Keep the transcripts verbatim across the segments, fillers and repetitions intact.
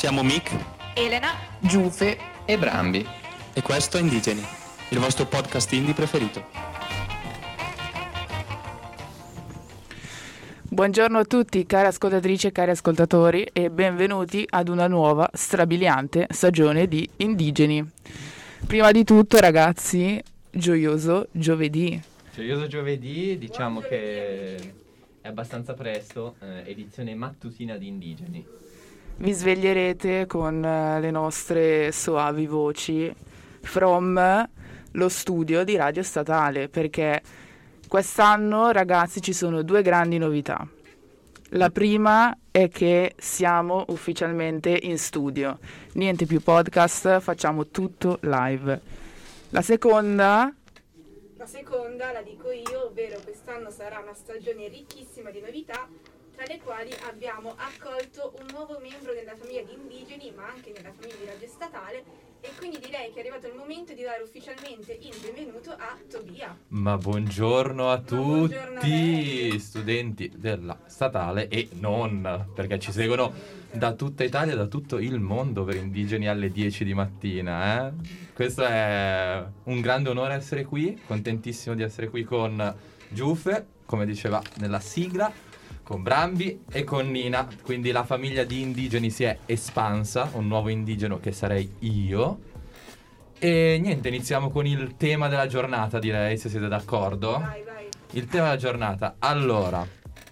Siamo Mick, Elena, Giuffe e Brambi. E questo è Indigeni, il vostro podcast indie preferito. Buongiorno a tutti cari ascoltatrici e cari ascoltatori e benvenuti ad una nuova strabiliante stagione di Indigeni. Prima di tutto ragazzi, gioioso giovedì. Gioioso giovedì, diciamo che è abbastanza presto, eh, edizione mattutina di Indigeni. Vi sveglierete con eh, le nostre soavi voci from lo studio di Radio Statale, perché quest'anno ragazzi ci sono due grandi novità. La prima è che siamo ufficialmente in studio, niente più podcast, facciamo tutto live. La seconda... La seconda la dico io, ovvero quest'anno sarà una stagione ricchissima di novità, tra le quali abbiamo accolto un nuovo membro nella famiglia di Indigeni, ma anche nella famiglia di Radio Statale, e quindi direi che è arrivato il momento di dare ufficialmente il benvenuto a Tobia. Ma buongiorno a Ma tutti, buongiorno a lei. studenti della Statale e non, perché ci seguono da tutta Italia, da tutto il mondo per Indigeni alle dieci di mattina. Eh? Questo è un grande onore essere qui, contentissimo di essere qui con Giuffe, come diceva nella sigla, con Brambi e con Nina, quindi la famiglia di Indigeni si è espansa, un nuovo indigeno che sarei io. E niente, iniziamo con il tema della giornata, direi, se siete d'accordo. Vai, vai. Il tema della giornata, allora,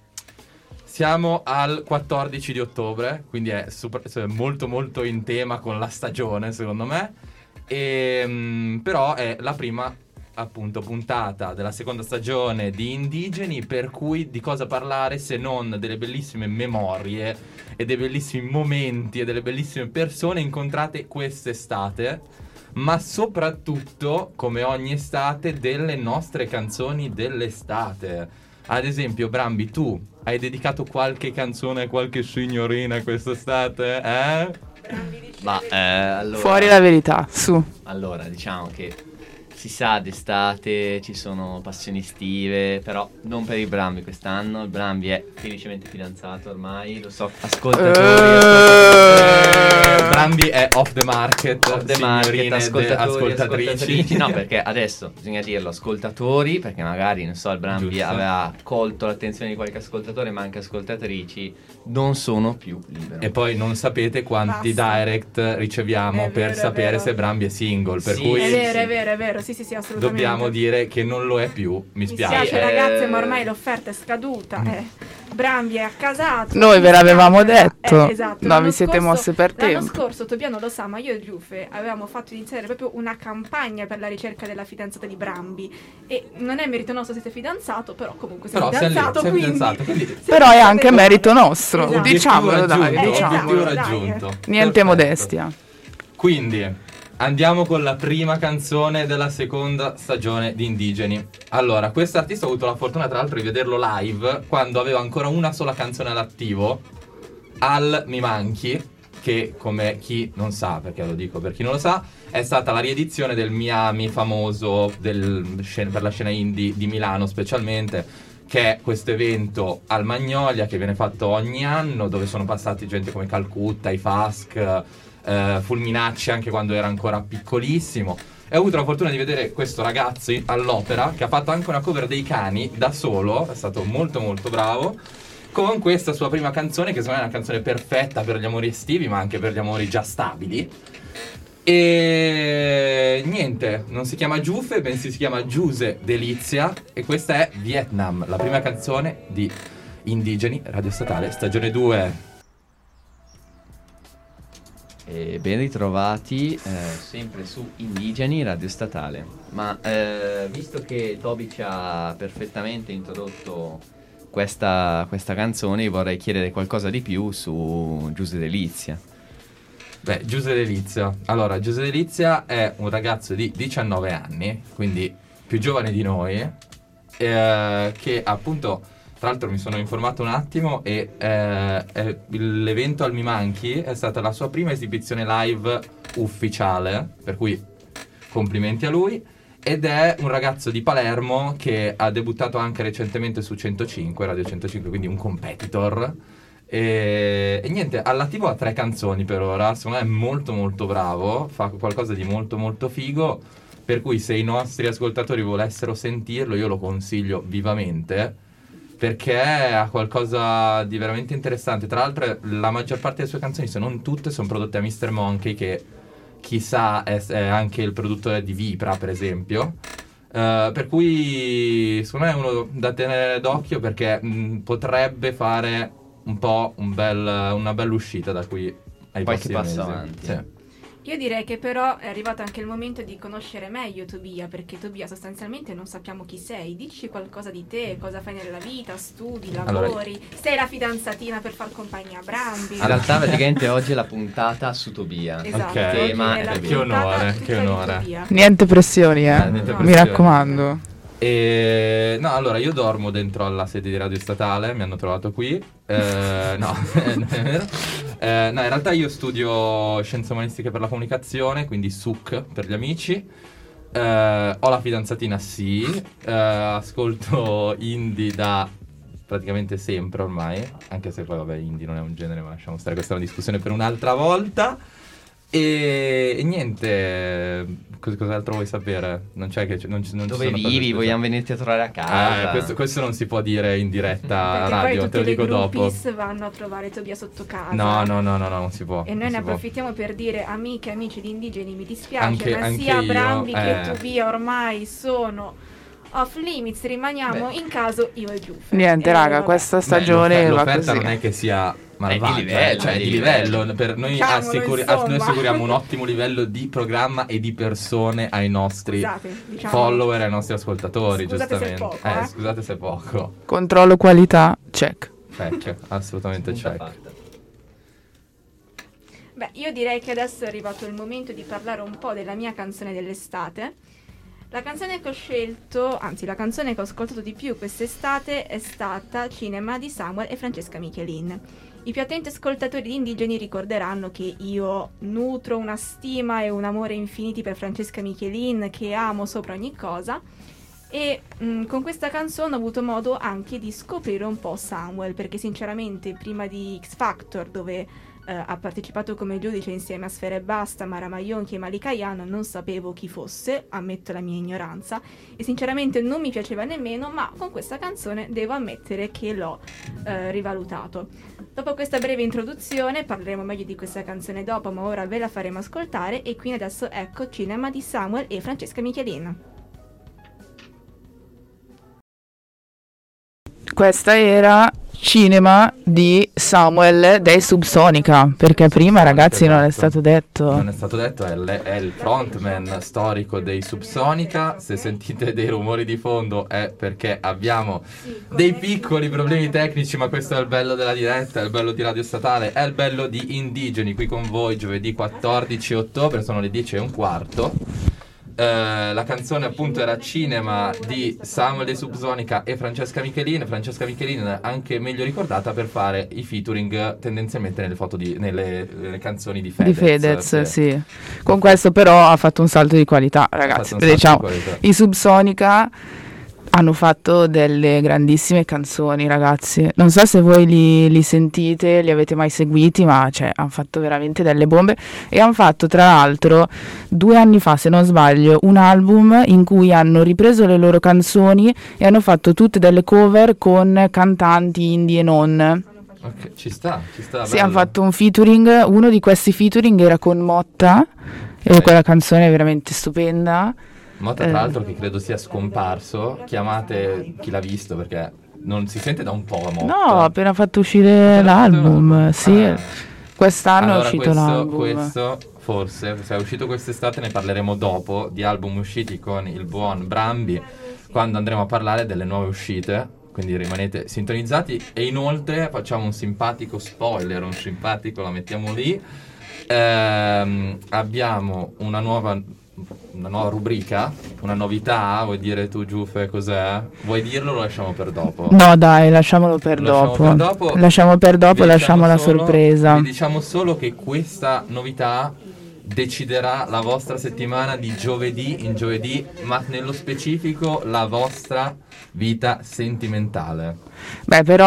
siamo al quattordici di ottobre, quindi è super, cioè, molto molto in tema con la stagione, secondo me, e, mh, però è la prima appunto puntata della seconda stagione di Indigeni, per cui di cosa parlare se non delle bellissime memorie e dei bellissimi momenti e delle bellissime persone incontrate quest'estate, ma soprattutto, come ogni estate, delle nostre canzoni dell'estate. Ad esempio, Brambi, tu hai dedicato qualche canzone a qualche signorina quest'estate, eh? Brambi, dici Ma la eh, verità. allora, Fuori la verità, su. allora diciamo che si sa d'estate, ci sono passioni estive, però non per il Brambi quest'anno. Il Brambi è felicemente fidanzato ormai, lo so, ascoltatori, ascoltatori. Eh, Brambi è off the market, Off the market, signorine ascoltatori, de- ascoltatrici. ascoltatrici. No, perché adesso bisogna dirlo, ascoltatori, perché magari, non so, il Brambi Giusto. aveva colto l'attenzione di qualche ascoltatore, ma anche ascoltatrici non sono più liberi. E poi non sapete quanti Basta. direct riceviamo È per vero, è sapere vero. se Brambi è single, per Sì, cui È vero, sì. è vero, è vero, sì, sì, sì, assolutamente. dobbiamo dire che non lo è più, mi Mi spiace. spiace Eh, ragazze, ma ormai l'offerta è scaduta. Eh. Brambi è accasato. Noi ve l'avevamo Eh, detto. esatto. No, L'anno vi siete scorso- mosse per L'anno tempo. scorso, Tobia non lo sa, ma io e Giuffe avevamo fatto iniziare proprio una campagna per la ricerca della fidanzata di Brambi. E non è merito nostro se sei fidanzato, però comunque sei Però sei lì, fidanzato, sei quindi... fidanzato, quindi Però è anche merito nostro, Esatto. diciamolo dai, Obiettivo Eh, diciamolo. obiettivo dai, raggiunto. Niente Perfetto. modestia. Quindi andiamo con la prima canzone della seconda stagione di Indigeni. Allora, quest'artista ho avuto la fortuna tra l'altro di vederlo live quando aveva ancora una sola canzone all'attivo, al Mi Manchi, che come chi non sa, perché lo dico per chi non lo sa, è stata la riedizione del Miami famoso del, scen- per la scena indie di Milano specialmente, che è questo evento al Magnolia che viene fatto ogni anno, dove sono passati gente come Calcutta, i Fask, eh, Fulminacci anche quando era ancora piccolissimo. E ho avuto la fortuna di vedere questo ragazzo all'opera che ha fatto anche una cover dei Cani da solo, è stato molto molto bravo, con questa sua prima canzone che secondo me è una canzone perfetta per gli amori estivi ma anche per gli amori già stabili. E niente, non si chiama Giuffe, bensì si chiama Giuse Delizia, e questa è Vietnam, la prima canzone di Indigeni, Radio Statale, stagione due. E ben ritrovati eh, sempre su Indigeni Radio Statale. Ma eh, visto che Toby ci ha perfettamente introdotto questa, questa canzone, io vorrei chiedere qualcosa di più su Giuse Delizia. Beh, Giuse Delizia. Allora, Giuse Delizia è un ragazzo di diciannove anni, quindi più giovane di noi, eh, che appunto, tra l'altro mi sono informato un attimo e eh, è- l'evento al Mi Manchi è stata la sua prima esibizione live ufficiale, per cui complimenti a lui. Ed è un ragazzo di Palermo che ha debuttato anche recentemente su centocinque, Radio centocinque, quindi un competitor. E, e niente, all'attivo ha tre canzoni per ora, secondo me è molto molto bravo, fa qualcosa di molto molto figo, per cui se i nostri ascoltatori volessero sentirlo io lo consiglio vivamente, perché ha qualcosa di veramente interessante. Tra l'altro la maggior parte delle sue canzoni, se non tutte, sono prodotte a mister Monkey, che chissà è, è anche il produttore di Vipra, per esempio. Uh, per cui secondo me è uno da tenere d'occhio, perché mh, potrebbe fare un po' un bel, una bella uscita da qui ai Qualche prossimi passo mesi. avanti. Sì. Io direi che però è arrivato anche il momento di conoscere meglio Tobia, perché Tobia sostanzialmente non sappiamo chi sei. Dici qualcosa di te, cosa fai nella vita, studi, lavori, Allora, sei la fidanzatina per far compagnia a Brambi. In realtà praticamente oggi è la puntata su Tobia. Esatto, Ok. oggi Tema è la è che puntata onore, tutta che di onore. Tobia. Niente pressioni, eh. Eh, niente Mi pressioni. raccomando. E no, allora io dormo dentro alla sede di Radio Statale, mi hanno trovato qui. Eh, no, non è vero. Eh, no, in realtà io studio scienze umanistiche per la comunicazione, quindi S U C per gli amici. Eh, ho la fidanzatina, sì. Eh, ascolto indie da praticamente sempre ormai, anche se poi vabbè, indie non è un genere, ma lasciamo stare, questa è una discussione per un'altra volta. E, e niente, cos- cos'altro vuoi sapere? Non c'è che non ci, non ci Dove sono cose vivi? speciali. Vogliamo venirti a trovare a casa? Eh, questo, questo non si può dire in diretta a Perché radio, poi te lo tutti dico i dopo. groupies vanno a trovare Tobia sotto casa. No, no, no, no, no, non si può. E noi non ne si può. approfittiamo per dire, amiche e amici di Indigeni, mi dispiace, Anche- ma anche sia io, Brambi che eh. Tobia ormai sono off limits, rimaniamo Beh. in caso io e Giuffe. Niente, E raga, vabbè. questa Beh, stagione l'offer- va l'offerta così. non è che sia malvagia, È di livello, cioè è è di di livello. livello. Per noi, Diciamolo, assicuri- insomma. ass- noi assicuriamo un ottimo livello di programma e di persone ai nostri Scusate, diciamo, follower, ai nostri ascoltatori, Scusate se è giustamente. poco, eh. Scusate se è poco. Controllo qualità, check. Check, assolutamente Punta check. fatta. Beh, io direi che adesso è arrivato il momento di parlare un po' della mia canzone dell'estate. La canzone che ho scelto, anzi la canzone che ho ascoltato di più quest'estate è stata Cinema di Samuel e Francesca Michelin. I più attenti ascoltatori di Indigeni ricorderanno che io nutro una stima e un amore infiniti per Francesca Michelin, che amo sopra ogni cosa, e mh, con questa canzone ho avuto modo anche di scoprire un po' Samuel, perché sinceramente prima di X Factor, dove eh, ha partecipato come giudice insieme a Sfera Ebbasta, Mara Maionchi e Malika Ayano, non sapevo chi fosse, ammetto la mia ignoranza, e sinceramente non mi piaceva nemmeno, ma con questa canzone devo ammettere che l'ho eh, rivalutato. Dopo questa breve introduzione parleremo meglio di questa canzone dopo, ma ora ve la faremo ascoltare, e quindi adesso ecco Cinema di Samuel e Francesca Michelin. Questa era Cinema di Samuel dei Subsonica, perché prima, ragazzi, non è stato detto. Non è stato detto, è, le- è il frontman storico dei Subsonica. Se sentite dei rumori di fondo è perché abbiamo dei piccoli problemi tecnici, ma questo è il bello della diretta, è il bello di Radio Statale, è il bello di Indigeni, qui con voi giovedì quattordici ottobre, sono le dieci e un quarto. Eh, la canzone appunto era Cinema di Samuel dei Subsonica e Francesca Michelin. Francesca Michelin anche meglio ricordata per fare i featuring tendenzialmente nelle foto di, nelle, nelle canzoni di Fedez. Di Fedez, che- sì. Con questo però ha fatto un salto di qualità, ragazzi. fatto un salto Diciamo, di qualità. i Subsonica hanno fatto delle grandissime canzoni, ragazzi. Non so se voi li, li sentite, li avete mai seguiti, ma cioè, hanno fatto veramente delle bombe. E hanno fatto, tra l'altro, due anni fa, se non sbaglio, un album in cui hanno ripreso le loro canzoni e hanno fatto tutte delle cover con cantanti indie e non. Ok, ci sta, ci sta. Sì, bello. hanno fatto un featuring. Uno di questi featuring era con Motta, e Ok. quella canzone è veramente stupenda. Motta, Eh. tra l'altro, che credo sia scomparso. Chiamate chi l'ha visto, perché non si sente da un po' Motta. No, ha appena fatto uscire Appena fatto l'album, l'album. sì. Ah. Quest'anno Allora, è uscito questo, l'album. questo forse, se è uscito quest'estate, ne parleremo dopo, di album usciti con il buon Brambi, quando andremo a parlare delle nuove uscite, quindi rimanete sintonizzati. E inoltre facciamo un simpatico spoiler, un simpatico, la mettiamo lì. Ehm, abbiamo una nuova, una nuova rubrica, una novità. Vuoi dire tu, Giuffe, cos'è? Vuoi dirlo o lo lasciamo per dopo? No, dai, lasciamolo per Lo lasciamo dopo. per dopo. Lasciamo per dopo, Vi lasciamo diciamo la solo- sorpresa. Vi diciamo solo che questa novità deciderà la vostra settimana di giovedì in giovedì, ma nello specifico la vostra vita sentimentale. Beh, però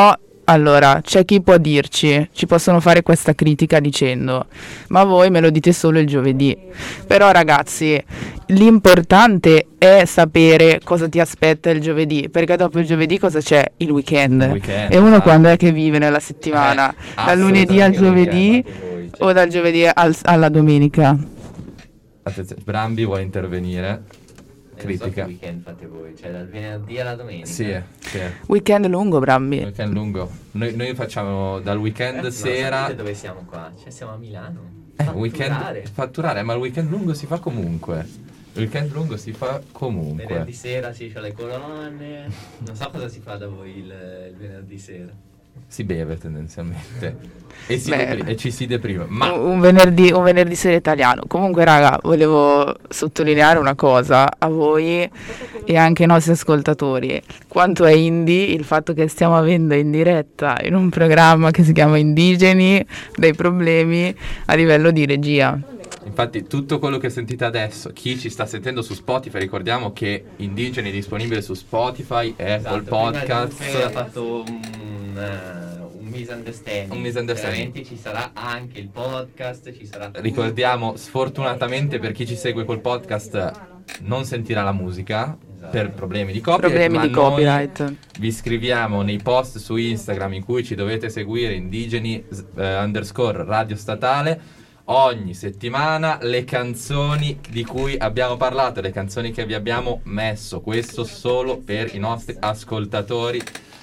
Allora, c'è chi può dirci, ci possono fare questa critica dicendo, ma voi me lo dite solo il giovedì. Però ragazzi, l'importante è sapere cosa ti aspetta il giovedì, perché dopo il giovedì cosa c'è? Il weekend. Il weekend, E uno ah. quando è che vive nella settimana? Eh, Dal lunedì al assolutamente. giovedì Voi, cioè, o dal giovedì al- alla domenica? Attenzione, Brambi vuole intervenire. eh, non so Critica. che weekend fate voi, cioè dal venerdì alla domenica. Sì, eh, sì. Weekend lungo, Brambi. Weekend lungo. Noi, noi facciamo dal weekend Ragazzi, ma sera. sapete dove siamo qua? Cioè siamo a Milano. Eh, Fatturare. weekend fatturare, ma il weekend lungo si fa comunque. Il weekend lungo si fa comunque. Venerdì sera si fa le colonne. Non so cosa si fa da voi il, il venerdì sera. Si beve tendenzialmente. E, si Beh. depri- e ci si deprime. Ma Un un venerdì, un venerdì sera italiano. Comunque, raga, volevo sottolineare una cosa a voi e anche ai nostri ascoltatori. Quanto è indie il fatto che stiamo avendo in diretta in un programma che si chiama Indigeni dei problemi a livello di regia. infatti tutto quello che sentite adesso, chi ci sta sentendo su Spotify, ricordiamo che Indigeni è disponibile su Spotify, Apple Esatto, Podcast. prima Giuseppe ha fatto un, uh, un misunderstanding. Un misunderstanding. Veramente ci sarà anche il podcast, ci sarà tutto. Ricordiamo, sfortunatamente per chi ci segue col podcast non sentirà la musica per problemi di copyright. Problemi ma di noi copyright. Vi scriviamo nei post su Instagram in cui ci dovete seguire, indigeni eh, underscore radio statale. Ogni settimana le canzoni di cui abbiamo parlato, le canzoni che vi abbiamo messo, questo solo per i nostri ascoltatori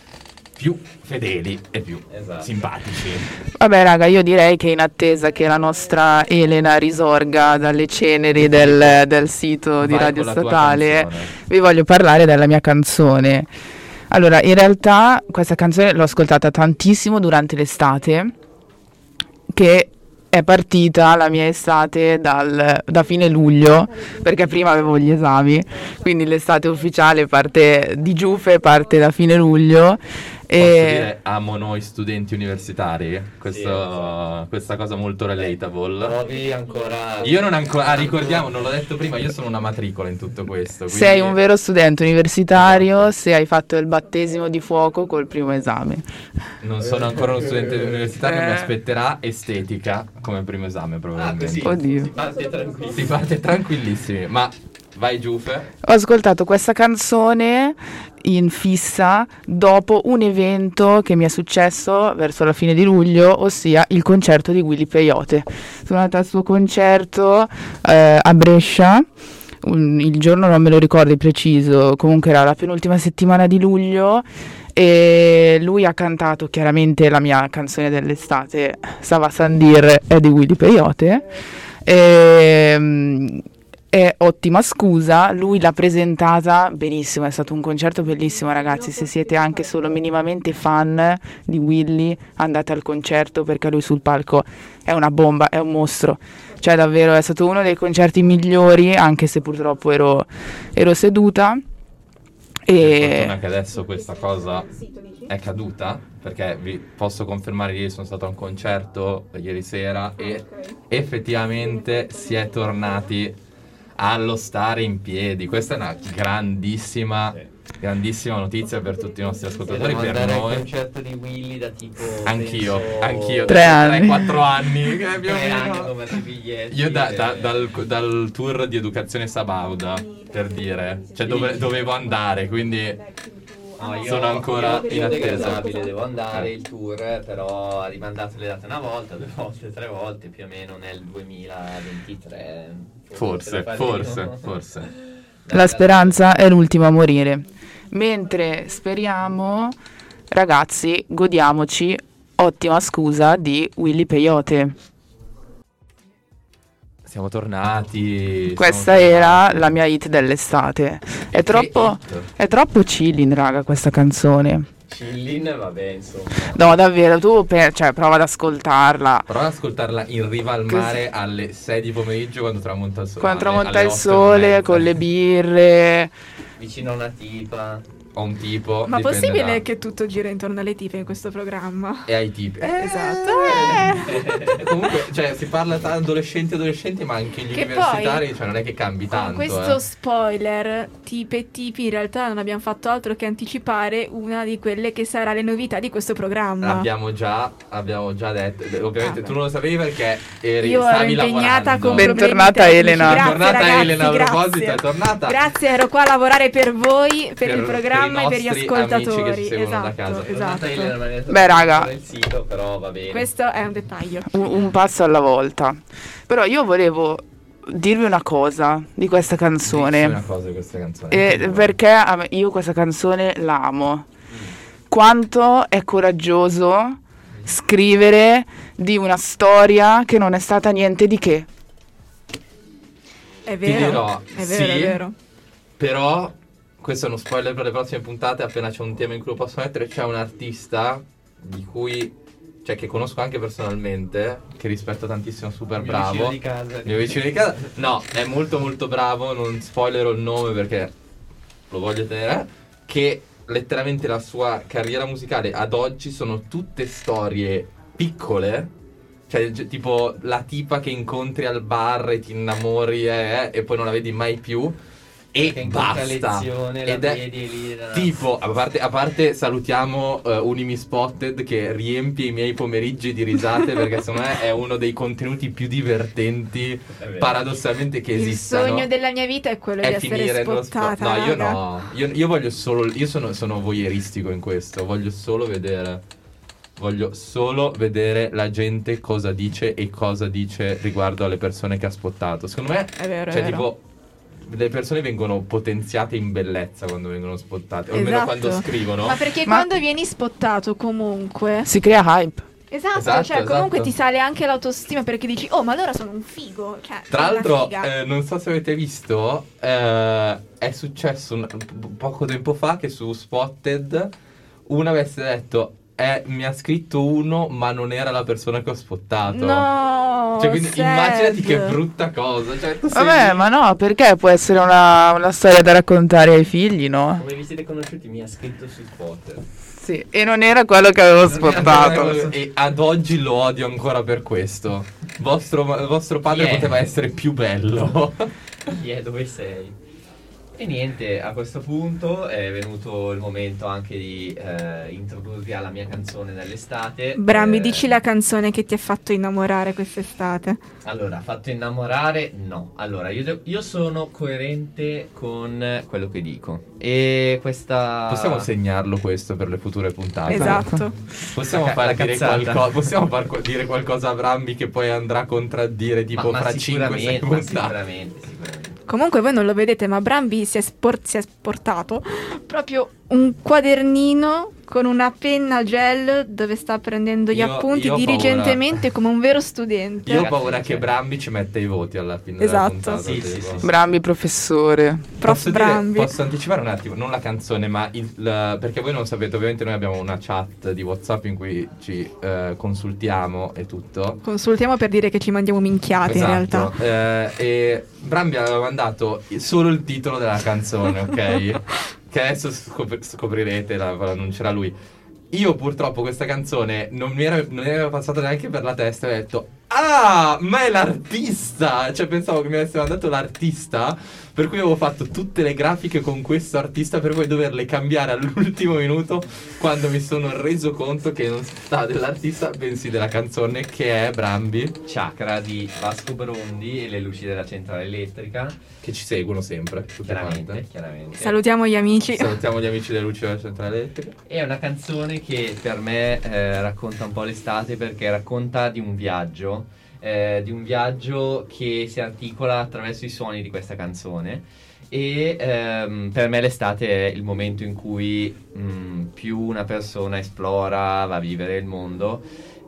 più fedeli e più Esatto. simpatici. Vabbè raga, io direi che in attesa che la nostra Elena risorga dalle ceneri del, del sito di Vai Radio con la tua Statale, canzone. vi voglio parlare della mia canzone. Allora, in realtà questa canzone l'ho ascoltata tantissimo durante l'estate, che è partita la mia estate dal, da fine luglio, perché prima avevo gli esami, quindi l'estate ufficiale parte di Giuffe, parte da fine luglio. Posso E dire amo noi studenti universitari, questo, Sì, esatto. questa cosa molto relatable. Provi ancora. Io non ancora, ah, ricordiamo, non l'ho detto prima, io sono una matricola in tutto questo. Quindi sei un vero studente universitario se hai fatto il battesimo di fuoco col primo esame. Non sono ancora uno studente universitario, Eh. mi aspetterà estetica come primo esame Ah, probabilmente. così. Oddio. Si parte tranquilli. Si parte tranquillissimi, ma vai Giuffe. Ho ascoltato questa canzone in fissa dopo un evento che mi è successo verso la fine di luglio, ossia il concerto di Willy Peyote. Sono andata al suo concerto eh, a Brescia, un- il giorno non me lo ricordo di preciso, comunque era la penultima settimana di luglio, e lui ha cantato chiaramente la mia canzone dell'estate, Sava Sandir, è di Willy Peyote. E, è ottima scusa, lui l'ha presentata benissimo, è stato un concerto bellissimo ragazzi, se siete anche solo minimamente fan di Willy andate al concerto, perché lui sul palco è una bomba, è un mostro, cioè davvero è stato uno dei concerti migliori, anche se purtroppo ero, ero seduta. Per E fortuna che adesso questa cosa è caduta, perché vi posso confermare che io sono stato a un concerto ieri sera e effettivamente si è tornati allo stare in piedi. Questa è una grandissima, grandissima notizia per tutti i nostri ascoltatori, Devo per andare al noi. concerto di Willy da tipo. Anch'io, penso, anch'io, Tre anni. tre quattro anni, che più o Tre anni meno. come i biglietti. Io da- da- e- dal, dal tour di educazione Sabauda, per dire, cioè dove, dovevo andare, quindi No, io- sono ancora io in attesa. degradabile, devo andare il tour, però ha rimandato le date una volta, due volte, tre volte, più o meno nel duemilaventitré. Forse, lo faremo. forse, forse. la speranza è l'ultima a morire, mentre speriamo, ragazzi, godiamoci Ottima Scusa di Willy Peyote. Siamo tornati. Questa siamo era tornati. la mia hit dell'estate. È Che troppo, hit? è troppo chilling, raga, questa canzone. Chillin, vabbè, insomma. No, davvero, tu per- cioè, prova ad ascoltarla. Prova ad ascoltarla in riva al mare alle sei di pomeriggio quando tramonta il sole. Quando alle- tramonta alle il otto e sole, mezza. con le birre. Vicino a una tipa. ho un tipo. Ma dipenderà. possibile che tutto gira intorno alle tipe in questo programma? E ai tipi. Eh, esatto. Eh. Comunque, cioè, si parla tra adolescenti e adolescenti, ma anche gli Che universitari, poi, cioè, non è che cambi Con tanto. questo eh. spoiler, tipe e tipi, in realtà non abbiamo fatto altro che anticipare una di quelle che sarà le novità di questo programma. Abbiamo già, abbiamo già detto. Ovviamente Ah, tu non lo sapevi perché eri, Io ero stavi impegnata lavorando. con Bentornata, problemi tecnici. Elena. Grazie, Bentornata, ragazzi, Elena, a grazie. proposito, è tornata. Grazie, ero qua a lavorare per voi, per, Per- il programma per i e per gli nostri ascoltatori. amici che ci seguono da esatto, casa. esatto. Beh, raga. Il sito, però va bene. Questo è un dettaglio. Un, un passo alla volta. Però io volevo dirvi una cosa di questa Dici canzone. una cosa di questa canzone. Eh, Anche io. perché a me- io questa canzone la amo. Quanto è coraggioso scrivere di una storia che non è stata niente di che. È Ti vero. dirò, è vero, sì, è vero. Però, questo è uno spoiler per le prossime puntate, appena c'è un tema in cui lo posso mettere, c'è un artista di cui, cioè che conosco anche personalmente, che rispetto tantissimo, super Mio bravo. vicino di casa. Mio vicino di casa. No, è molto molto bravo, non spoilerò il nome perché lo voglio tenere, che letteralmente la sua carriera musicale ad oggi sono tutte storie piccole. Cioè, gi- tipo la tipa che incontri al bar e ti innamori eh, e poi non la vedi mai più e Che incontra basta. lezione, la Ed è vedi lì, la- tipo, a parte, a parte salutiamo uh, Unimi Spotted che riempie i miei pomeriggi di risate perché secondo me è uno dei contenuti più divertenti È vero. paradossalmente che Il esistano. sogno della mia vita è quello di È essere finire nello spottata. spot. No, io raga. no. Io, io voglio solo. Io sono, sono voyeuristico in questo. Voglio solo vedere. Voglio solo vedere la gente cosa dice e cosa dice riguardo alle persone che ha spottato. Secondo me, È vero, è cioè, vero. tipo, le persone vengono potenziate in bellezza quando vengono spottate. O almeno Esatto. quando scrivono. Ma perché Ma- quando vieni spottato comunque... Si crea hype. Esatto, Esatto, cioè comunque esatto. ti sale anche l'autostima perché dici, oh ma allora sono un figo. Cioè, Tra sono una l'altro, figa. eh, non so se avete visto, eh, è successo un- poco tempo fa che su Spotted uno avesse detto eh, mi ha scritto uno ma non era la persona che ho spottato. No, Cioè, quindi sad. immaginati che brutta cosa. Cioè, tu sei Vabbè, lì- ma no, perché può essere una, una storia da raccontare ai figli, no? Come vi siete conosciuti mi ha scritto su spot. Sì, e non era quello che avevo spottato. E ad oggi lo odio ancora per questo. Vostro, vostro padre Yeah. poteva essere più bello. Chi è? Dove sei? E niente, a questo punto è venuto il momento anche di eh, introdurvi alla mia canzone dell'estate. Brambi, Eh, dici la canzone che ti ha fatto innamorare quest'estate. Allora, fatto innamorare? No. Allora, io, de- io sono coerente con quello che dico. E questa... Possiamo segnarlo questo per le future puntate. Esatto. Possiamo La far ca- dire, la cazzata. qualco- possiamo far co- dire qualcosa a Brambi che poi andrà a contraddire tipo ma, ma fra cinque sei sicuramente, ma puntate. sicuramente, sicuramente. Comunque voi non lo vedete, ma Brambi si è, spor- si è portato proprio un quadernino con una penna gel dove sta prendendo gli Io- appunti io ho diligentemente come un vero studente. Io ho Ragazzi, paura cioè- che Brambi ci metta i voti alla fine Esatto. della puntata. Sì, sì, tipo. sì. Brambi professore. Prof Posso, dire- Brambi. posso anticipare un attimo, non la canzone, ma il, la- perché voi non sapete, ovviamente noi abbiamo una chat di WhatsApp in cui ci eh, consultiamo e tutto. Consultiamo per dire che ci mandiamo minchiate in realtà. Esatto. Eh, e Brambi aveva mandato solo il titolo della canzone, ok? Che adesso scop- scoprirete, la, la annuncerà lui. Io purtroppo questa canzone non mi era, non mi era passata neanche per la testa e ho detto ah, ma è l'artista! Cioè pensavo che mi avesse mandato l'artista, per cui avevo fatto tutte le grafiche con questo artista per poi doverle cambiare all'ultimo minuto quando mi sono reso conto che non si sta dell'artista bensì della canzone che è Brambi, Chakra di Vasco Brondi e le luci della centrale elettrica. che ci seguono sempre, tutte Chiaramente, quante. chiaramente. Salutiamo gli amici. Salutiamo gli amici delle luci della centrale elettrica. È una canzone che per me eh, racconta un po' l'estate perché racconta di un viaggio, eh, di un viaggio che si articola attraverso i suoni di questa canzone e ehm, per me l'estate è il momento in cui mh, più una persona esplora, va a vivere il mondo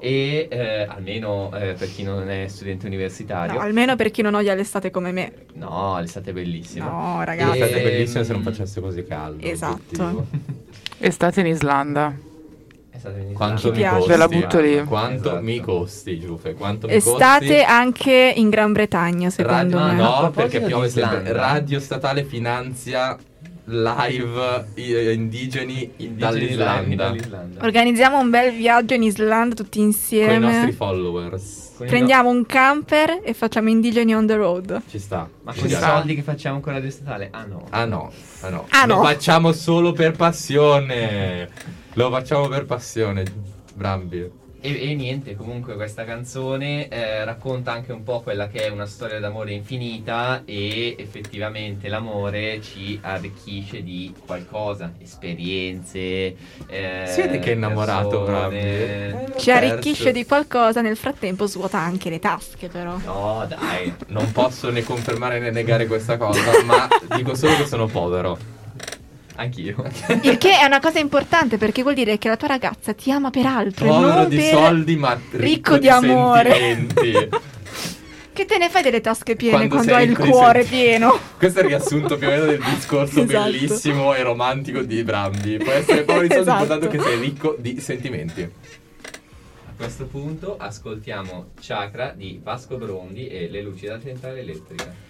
e eh, almeno eh, per chi non è studente universitario. No, almeno per chi non odia l'estate come me. No, l'estate è bellissima. No, La ragazzi. festa è Ehm, bellissima se non facesse così caldo. Esatto. obiettivo. Estate in Islanda. È stata in Quanto Ci mi piace. costi? Ve la butto lì. Quanto Esatto. mi costi, Giuffe? Quanto mi Estate costi? anche in Gran Bretagna, secondo Radio- me. A no, proposito perché di piove sempre. Islanda. Radio statale finanzia live eh, indigeni, Indigeni dall'Islanda. live dall'Islanda. Organizziamo un bel viaggio in Islanda tutti Con i insieme. nostri followers. Con i Prendiamo un camper e facciamo indigeni on the road. Ci sta. Ma Ci con i piace. soldi che facciamo con Radio Statale? Ah no. Ah no, ah no. Ah, Lo no? facciamo solo per passione. Lo facciamo per passione, Brambi. E, e niente, comunque questa canzone eh, racconta anche un po' quella che è una storia d'amore infinita e effettivamente l'amore ci arricchisce di qualcosa, esperienze. Eh, Si vede che è innamorato, persone. Brambi. Ci arricchisce di qualcosa, nel frattempo svuota anche le tasche però. No, dai. Non posso né confermare né negare questa cosa, ma dico solo che sono povero. Anch'io. Il che è una cosa importante perché vuol dire che la tua ragazza ti ama per altro. e Povero non di per- soldi, ma ricco, ricco di di amore. sentimenti. Che te ne fai delle tasche piene Quando quando, sei hai il ricco di cuore senti- pieno? Questo è il riassunto più o meno del discorso Esatto. bellissimo e romantico di Brambi. Può essere povero di soldi, Esatto. importante che sei ricco di sentimenti. A questo punto ascoltiamo Chakra di Vasco Brondi e Le luci della centrale elettrica.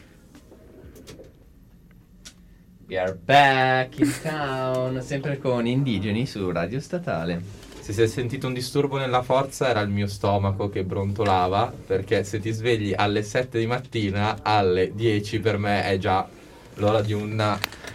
We are back in town, sempre con Indigeni su Radio Statale. Se si è sentito un disturbo nella forza era il mio stomaco che brontolava, perché se ti svegli alle sette di mattina, alle dieci per me è già l'ora di una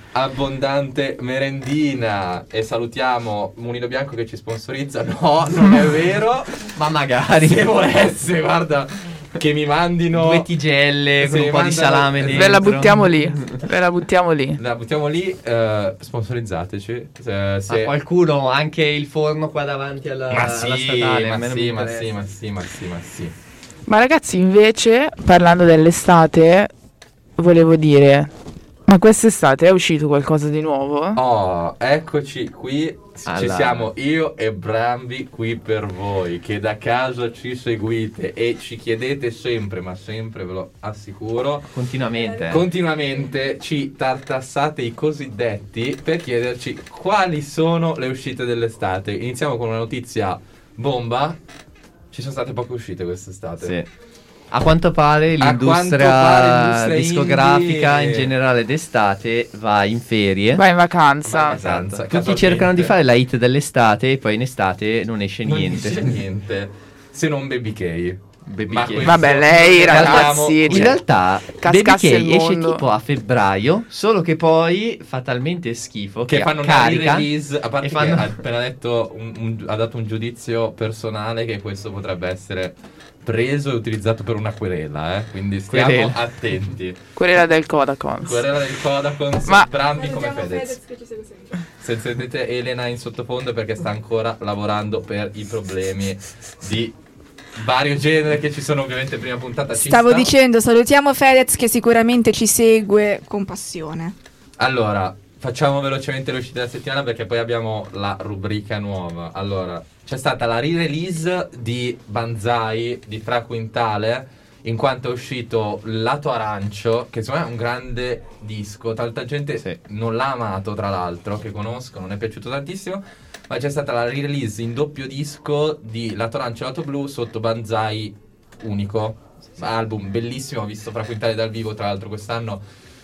abbondante merendina. E salutiamo Mulino Bianco che ci sponsorizza. No, non è vero. Ma magari Se volesse, guarda, che mi mandino due tigelle con Se un po' di mandano- salame Ve dentro. Ve la buttiamo lì, ve la buttiamo lì. La buttiamo lì, eh, sponsorizzateci. Se, se- Ma qualcuno, anche il forno qua davanti alla, ma alla sì, statale. a ma me non sì, mi ma interessa. sì, ma sì, ma sì, ma sì. Ma ragazzi, invece, parlando dell'estate, volevo dire, ma quest'estate è uscito qualcosa di nuovo? Oh, eccoci qui, ci Alla- siamo io e Brambi qui per voi che da casa ci seguite e ci chiedete sempre, ma sempre ve lo assicuro, Continuamente. continuamente ci tartassate i cosiddetti per chiederci quali sono le uscite dell'estate. Iniziamo con una notizia bomba, ci sono state poche uscite quest'estate. Sì. A quanto pare A quanto l'industria pare l'industria discografica indie- in generale d'estate va in ferie. Vai in vacanza. Vai in vacanza. Tutti casualmente. cercano di fare la hit dell'estate e poi in estate non esce Non niente. dice niente, se non Baby K. Baby Ma K. questo- Vabbè, lei, ne ragazzi, parliamo- In cioè, realtà Baby K cascasse il esce mondo. tipo a febbraio, solo che poi fa talmente schifo che che, fanno una carica release, a parte e fanno- che ha appena detto un- un- ha dato un giudizio personale che questo potrebbe essere preso e utilizzato per una querela, eh? Quindi stiamo Querela. attenti. Quella del Kodakons. Querela del Kodakon, Ma- Brambi come Salutiamo Fedez. che ci segue sempre. Se sentite Elena in sottofondo è perché sta ancora lavorando per i problemi di vario genere che ci sono ovviamente prima puntata. Ci Stavo sta. dicendo, salutiamo Fedez che sicuramente ci segue con passione. Allora, facciamo velocemente le uscite della settimana perché poi abbiamo la rubrica nuova. Allora, c'è stata la re-release di Banzai di Fra Quintale, in quanto è uscito Lato Arancio, che secondo me è un grande disco. Tanta gente Sì. non l'ha amato, tra l'altro, che conosco, non è piaciuto tantissimo. Ma c'è stata la re-release in doppio disco di Lato Arancio e Lato Blu sotto Banzai unico. Album bellissimo, ho visto Fra Quintale dal vivo, tra l'altro quest'anno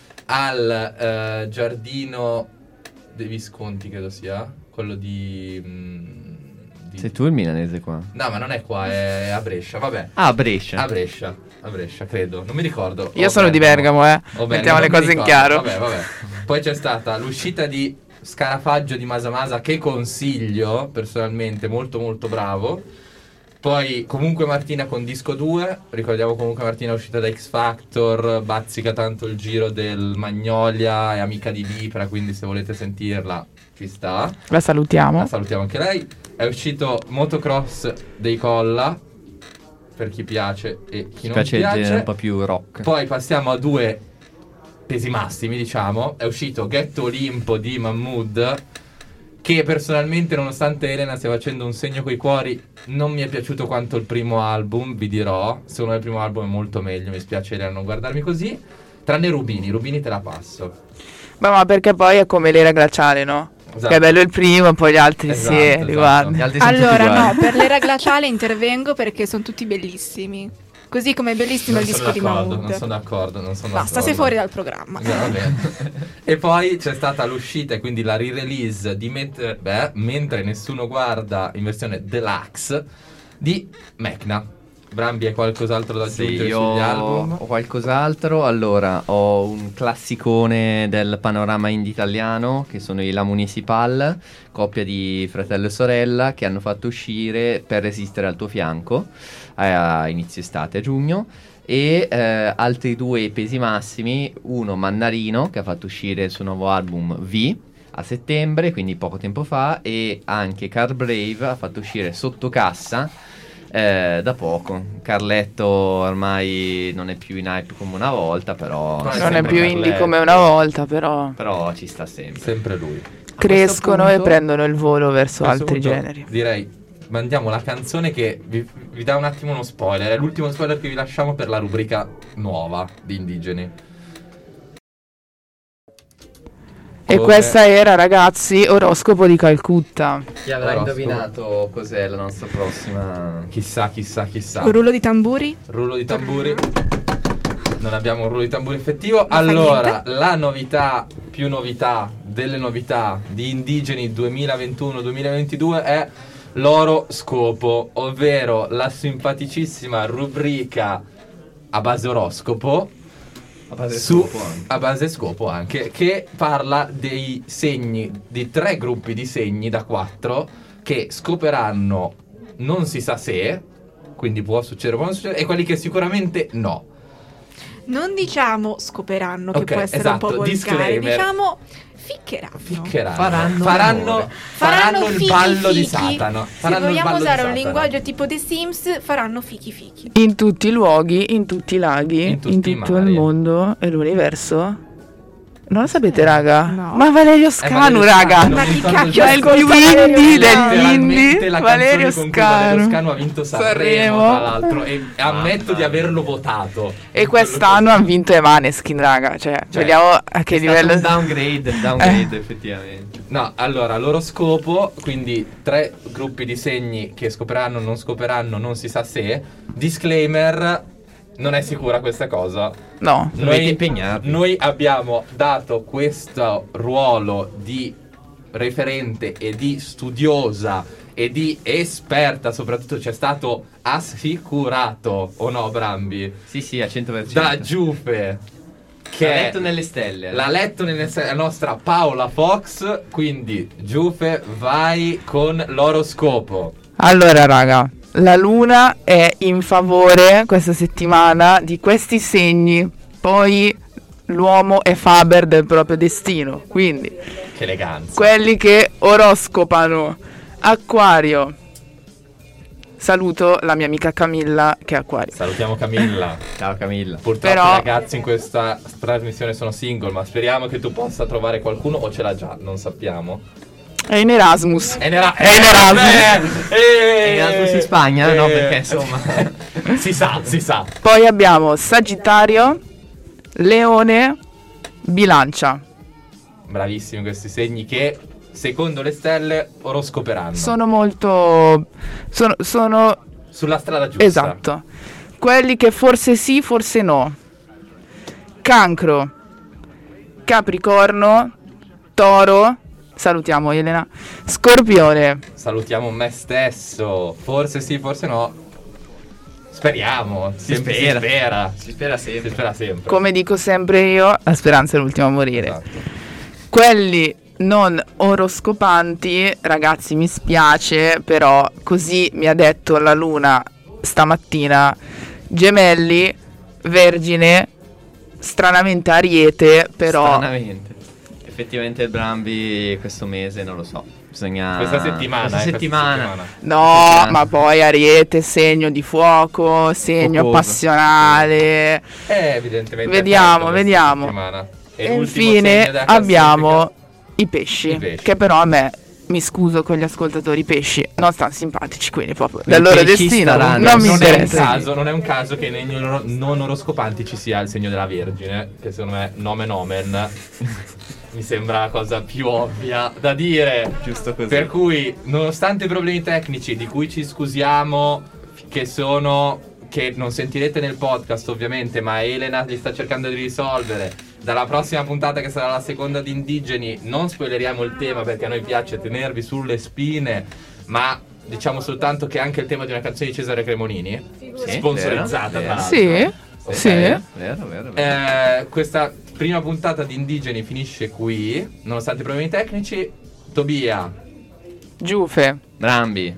al eh, Giardino dei Visconti, credo sia quello di, mm, di- Sei tu il milanese qua? no, ma non è qua, è a Brescia, vabbè, Ah, a Brescia. a Brescia, a Brescia, credo, non mi ricordo. Io O sono di Bergamo, eh. o Mettiamo le non mi cose in ricordo. chiaro. Vabbè, vabbè. Poi c'è stata l'uscita di Scarafaggio di Masamasa, che consiglio personalmente, molto molto bravo. Poi comunque Martina con disco due, ricordiamo comunque Martina è uscita da X Factor, bazzica tanto il giro del Magnolia, è amica di Vipra, quindi se volete sentirla ci sta. La salutiamo. La salutiamo anche lei. È uscito Motocross dei Colla, per chi piace e chi Mi non piace il piace. genere un po' più rock. Poi passiamo a due pesi massimi, diciamo. È uscito Ghetto Olimpo di Mahmood, che personalmente, nonostante Elena stia facendo un segno coi cuori, non mi è piaciuto quanto il primo album, vi dirò. Secondo me il primo album è molto meglio, mi spiace Elena non guardarmi così. Tranne Rubini, Rubini te la passo. Beh, ma perché poi è come l'era glaciale, no? Esatto. Che è bello il primo, poi gli altri Esatto, sì, esatto. li guardi. Gli altri sono tutti Allora, uguali. no, per l'era glaciale intervengo perché sono tutti bellissimi. Così come è bellissimo Non il sono disco di d'accordo, Mahmood. non sono d'accordo, non sono Basta, d'accordo. sei fuori dal programma. Va bene. E poi c'è stata l'uscita e quindi la re-release di Met- beh, Mentre Nessuno Guarda in versione deluxe di Mecna. Brambi, hai qualcos'altro da Sì, aggiungere io sugli album? ho qualcos'altro. Allora, ho un classicone del panorama indie italiano che sono i La Municipal, coppia di fratello e sorella che hanno fatto uscire Per resistere al tuo fianco a inizio estate, a giugno. E eh, altri due pesi massimi, uno Mannarino che ha fatto uscire il suo nuovo album V a settembre, quindi poco tempo fa, e anche Car Brave ha fatto uscire Sotto Cassa eh, da poco. Carletto ormai non è più in hype come una volta, però Non è Non è sempre più Carletto. indie come una volta, però però ci sta sempre. Sempre lui. crescono punto- e prendono il volo verso A questo altri punto generi. Direi mandiamo la canzone che vi, vi dà un attimo uno spoiler. È l'ultimo spoiler che vi lasciamo per la rubrica nuova di Indigeni. E Come- questa era, ragazzi, Oroscopo di Calcutta. Chi avrà Oroscopo. indovinato cos'è la nostra prossima? Chissà, chissà, chissà. Un rullo di tamburi. Rullo di tamburi. Non abbiamo un rullo di tamburi effettivo. fa Allora, niente. la novità, più novità delle novità di Indigeni duemilaventuno duemilaventidue è l'oroscopo, ovvero la simpaticissima rubrica a base oroscopo. A base Su, scopo anche. a base scopo anche, che parla dei segni, di tre gruppi di segni da quattro che scoperanno non si sa se, quindi può succedere, può non succedere, e quelli che sicuramente no. Non diciamo scoperanno, che Ok, può essere esatto, un po' volgare. disclaimer. Diciamo ficcheranno. Ficcheranno. Faranno faranno, l'amore. faranno il fichi ballo di fichi. Satana. Se Faranno il vogliamo ballo di usare un Satana. linguaggio tipo The Sims, faranno fichi fichi. In tutti i luoghi, in tutti i laghi, In in, tutti i tutto mari. il mondo e l'universo. Non lo sapete, raga? No. Ma Valerio Eh, Scanu, Valerio raga! Scanu, Ma ogni chi tanto cacchio il- è il ascolta più Valerio indie Scanu? degli Letteralmente indie, la Valerio canzone con cui Valerio Scanu. Scanu ha vinto Sanremo, Sanremo. tra l'altro, e ammetto di averlo votato. E quest'anno hanno vinto i Maneskin, raga. Cioè, Cioè, vediamo a che È livello. stato un downgrade, downgrade effettivamente. No, allora, l'oroscopo, quindi tre gruppi di segni che scopriranno, non scopriranno, non si sa se. Disclaimer, non è sicura questa cosa. No. Dovete impegnarvi. Noi abbiamo dato questo ruolo di referente e di studiosa e di esperta, soprattutto ci è stato assicurato, o no Brambi? Sì, sì, al cento per cento. Da Giuffe, che L'ha è- letto nelle stelle. l'ha letto nelle se- la nostra Paola Fox. Quindi Giuffe, vai con l'oroscopo. Allora, raga, la luna è in favore questa settimana di questi segni. Poi l'uomo è faber del proprio destino. Quindi, Che eleganza. quelli che oroscopano. Acquario. Saluto la mia amica Camilla che è Acquario. Salutiamo Camilla. Ciao Camilla. Purtroppo Però- i ragazzi in questa trasmissione sono single, ma speriamo che tu possa trovare qualcuno, o ce l'ha già, non sappiamo. È in Erasmus. È in, Era- È in Erasmus. Eh, eh, È in Erasmus in Spagna? eh. No, perché insomma. Si sa, si sa. Poi abbiamo Sagittario, Leone, Bilancia. Bravissimi questi segni che, secondo le stelle, oroscoperanno. Sono molto... Sono... sono Sulla strada giusta. esatto. Quelli che forse sì, forse no. Cancro, Capricorno, Toro, salutiamo Elena, Scorpione, Salutiamo me stesso. Forse sì, forse no. Speriamo. Si Sempre spera. Si spera. Si spera Si sempre. spera sempre. come dico sempre io, la speranza è l'ultima a morire. Esatto. Quelli non oroscopanti, ragazzi, mi spiace, però così mi ha detto la luna stamattina. Gemelli, Vergine, stranamente Ariete, però Stranamente. Effettivamente il Brambi questo mese non lo so. Bisogna. Questa settimana. Questa eh, questa settimana. settimana. no, Settimana. ma poi Ariete, segno di fuoco, segno Focoso. passionale. Eh, evidentemente. Vediamo, è aperto questa vediamo. settimana. E l'ultimo infine segno della classifica? abbiamo i pesci, I pesci. che però a me, mi scuso con gli ascoltatori, i pesci non stanno simpatici, quindi proprio I del loro pesci destino staranno- non mi non, è un interessa. caso, non è un caso che nei non non oroscopanti ci sia il segno della Vergine, che secondo me nomen omen mi sembra la cosa più ovvia da dire. Giusto così. Per cui, nonostante i problemi tecnici di cui ci scusiamo, che sono che non sentirete nel podcast ovviamente, ma Elena li sta cercando di risolvere. Dalla prossima puntata, che sarà la seconda di Indigeni, non spoileriamo il tema perché a noi piace tenervi sulle spine, ma diciamo soltanto che è anche il tema di una canzone di Cesare Cremonini, Figurati. sponsorizzata vero, tra l'altro. Sì, Ok. sì. Vero, vero, vero, vero. Eh, questa prima puntata di Indigeni finisce qui, nonostante i problemi tecnici. Tobia, Giufe. Brambi.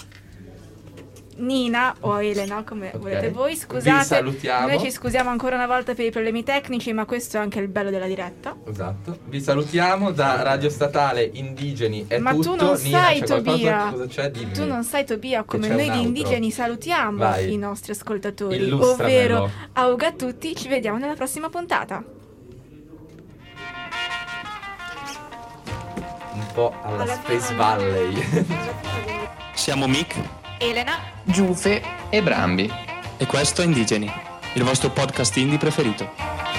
Nina o Elena, come Ok. volete voi. Vi Scusate, salutiamo. noi ci scusiamo ancora una volta per i problemi tecnici, ma questo è anche il bello della diretta. esatto. Vi salutiamo da Radio Statale Indigeni. È Ma tu tutto. non Nina, sai, c'è qualcosa? Tobia. Cosa c'è? Dimmi. Tu non sai, Tobia, come c'è noi un di outro. Indigeni salutiamo Vai. i nostri ascoltatori, Illustramelo. ovvero auga a tutti, ci vediamo nella prossima puntata. Un po' alla Alla Space fine- Valley. Siamo Mick Elena. Giufe. E Brambi. e questo è Indigeni, il vostro podcast indie preferito.